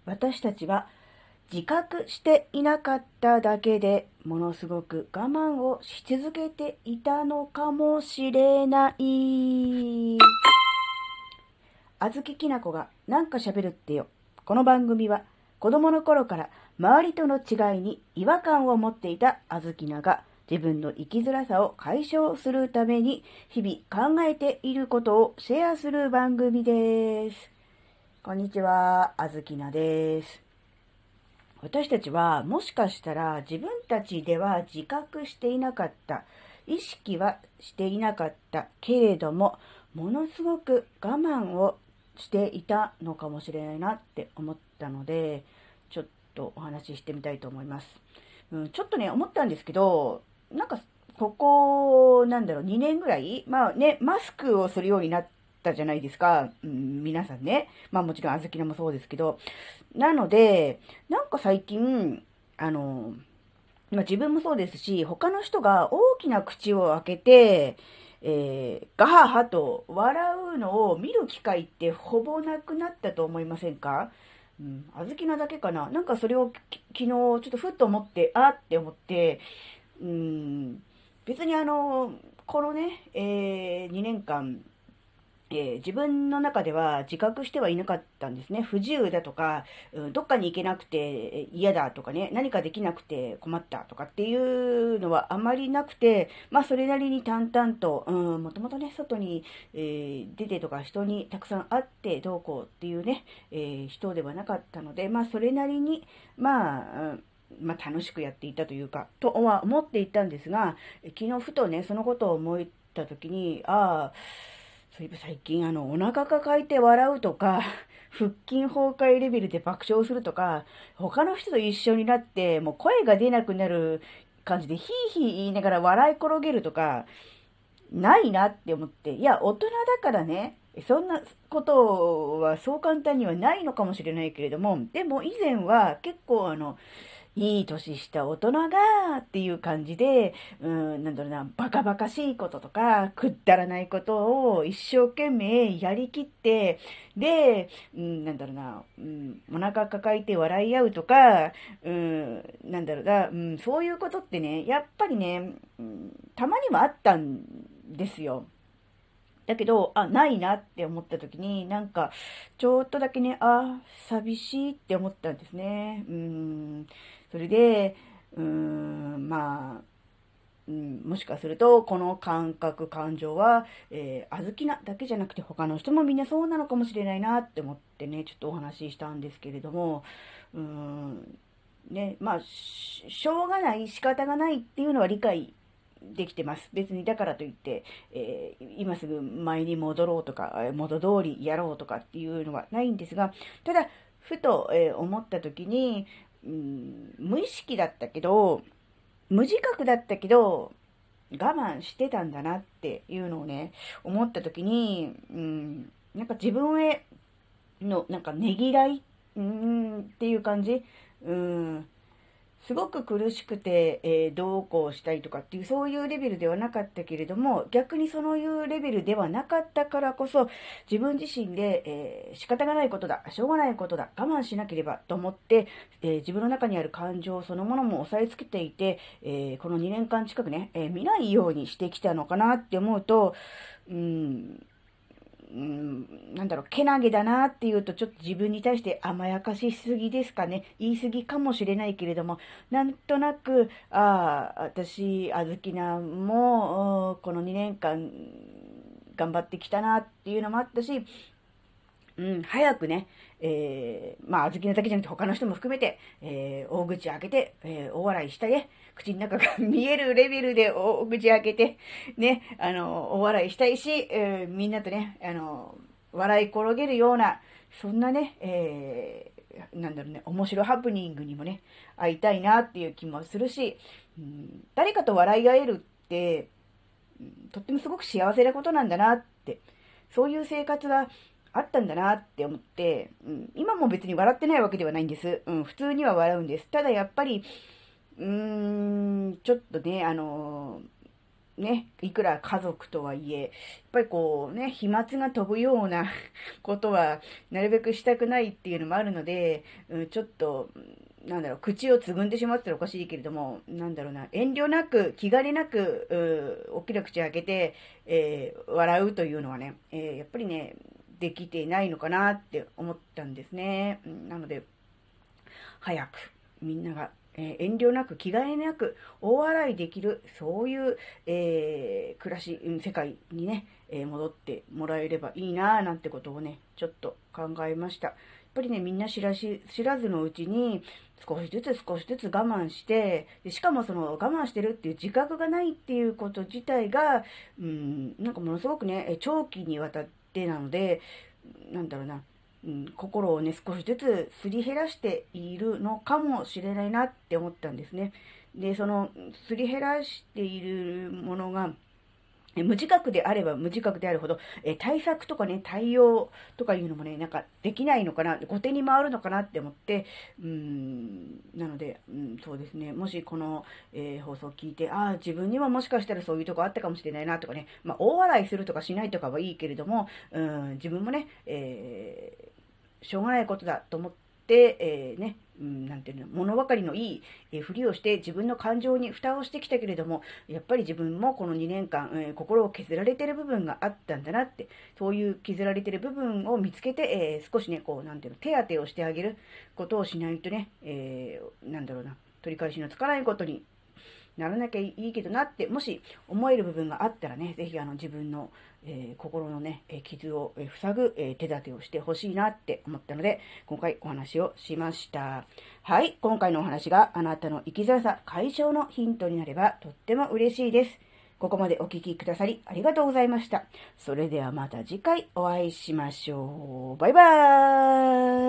私たちは自覚していなかっただけでものすごく我慢をし続けていたのかもしれない。あずききなこがなんか喋るってよ。この番組は子供の頃から周りとの違いに違和感を持っていたあずきなが自分の生きづらさを解消するために日々考えていることをシェアする番組です。こんにちは、あずきなです。私たちはもしかしたら自分たちでは自覚していなかった、意識はしていなかったけれども、ものすごく我慢をしていたのかもしれないなって思ったので、ちょっとお話ししてみたいと思います。ちょっとね、思ったんですけど、なんかここ、2年ぐらい、まあね、マスクをするようになったじゃないですか。皆さんね。まあもちろんあずきなもそうですけど、なので、なんか最近、自分もそうですし、他の人が大きな口を開けて、ガハハと笑うのを見る機会ってほぼなくなったと思いませんか？あずきなだけかな。なんかそれを昨日ちょっとふっと思って、あって思って、うん、別にこのね、2年間、自分の中では自覚してはいなかったんですね。不自由だとか、どっかに行けなくて嫌だとかね、何かできなくて困ったとかっていうのはあまりなくて、まあそれなりに淡々と、もともとね、外に、出てとか人にたくさん会ってどうこうっていうね、人ではなかったので、まあそれなりに、楽しくやっていたというか、とは思っていたんですが、昨日ふとね、そのことを思った時に、そういえば最近お腹抱えて笑うとか、腹筋崩壊レベルで爆笑するとか、他の人と一緒になって、もう声が出なくなる感じでヒーヒー言いながら笑い転げるとか、ないなって思って、いや、大人だからね、そんなことはそう簡単にはないのかもしれないけれども、でも以前は結構いい年した大人がっていう感じで、バカバカしいこととか、くだらないことを一生懸命やりきって、で、お腹抱えて笑い合うとか、そういうことってね、やっぱりね、たまにはあったんですよ。だけど、ないなって思った時に、ちょっとだけね、寂しいって思ったんですね。それで、もしかすると、この感覚、感情は、あずきなだけじゃなくて、他の人もみんなそうなのかもしれないなって思ってね、ちょっとお話ししたんですけれども、しょうがない、仕方がないっていうのは理解できてます。別にだからといって、今すぐ前に戻ろうとか、元通りやろうとかっていうのはないんですが、ただ、ふと、思った時に、無意識だったけど、無自覚だったけど、我慢してたんだなっていうのをね、思った時に、自分への、ねぎらい、っていう感じ、すごく苦しくて、どうこうしたいとかっていう、そういうレベルではなかったけれども、逆にそういうレベルではなかったからこそ、自分自身で、仕方がないことだ、しょうがないことだ、我慢しなければと思って、自分の中にある感情そのものも抑えつけていて、この2年間近くね、見ないようにしてきたのかなって思うと、けなげだなっていうと、ちょっと自分に対して甘やかしすぎですかね。言い過ぎかもしれないけれども、なんとなく、私、あずきなも、この2年間、頑張ってきたなっていうのもあったし、早くね、あずきなだけじゃなくて他の人も含めて、大口開けて、大笑いしたり、口の中が見えるレベルで大口開けて、ね、大笑いしたいし、みんなとね、笑い転げるような、そんなね、面白ハプニングにもね、会いたいなっていう気もするし、誰かと笑い合えるって、とってもすごく幸せなことなんだなって、そういう生活があったんだなって思って、今も別に笑ってないわけではないんです。普通には笑うんです。ただやっぱり、ちょっとね、 ね、いくら家族とはいえ、やっぱりこうね、飛沫が飛ぶようなことはなるべくしたくないっていうのもあるので、ちょっと、口をつぐんでしまってたらおかしいけれども、遠慮なく、気兼ねなく、大きな口を開けて、笑うというのはね、やっぱりね、できていないのかなって思ったんですね。なので、早くみんなが、遠慮なく気兼ねなく大笑いできるそういう、暮らし、世界にね、戻ってもらえればいいななんてことをねちょっと考えました。やっぱりねみんな知らずのうちに少しずつ我慢して、でしかもその我慢してるっていう自覚がないっていうこと自体がなんかものすごくね長期にわたってなので、なんだろうな心をね、少しずつすり減らしているのかもしれないなって思ったんですね。で、そのすり減らしているものが、無自覚であれば無自覚であるほど、対策とかね、対応とかいうのもね、なんかできないのかな、後手に回るのかなって思って、なので、そうですね、もしこの、放送を聞いて、自分にももしかしたらそういうとこあったかもしれないなとかね、大笑いするとかしないとかはいいけれども、自分もね、しょうがないことだと思って、なんていうの、物分かりのいい、ふりをして自分の感情に蓋をしてきたけれども、やっぱり自分もこの2年間、心を削られてる部分があったんだなって、そういう削られてる部分を見つけて、少しね、こう、なんていうの、手当てをしてあげることをしないとね、取り返しのつかないことにならなきゃいいけどなって、もし思える部分があったらね、ぜひ自分の、心のね、傷を塞ぐ、手立てをしてほしいなって思ったので、今回お話をしました。はい、今回のお話があなたの生きづらさ解消のヒントになればとっても嬉しいです。ここまでお聞きくださりありがとうございました。それではまた次回お会いしましょう。バイバーイ。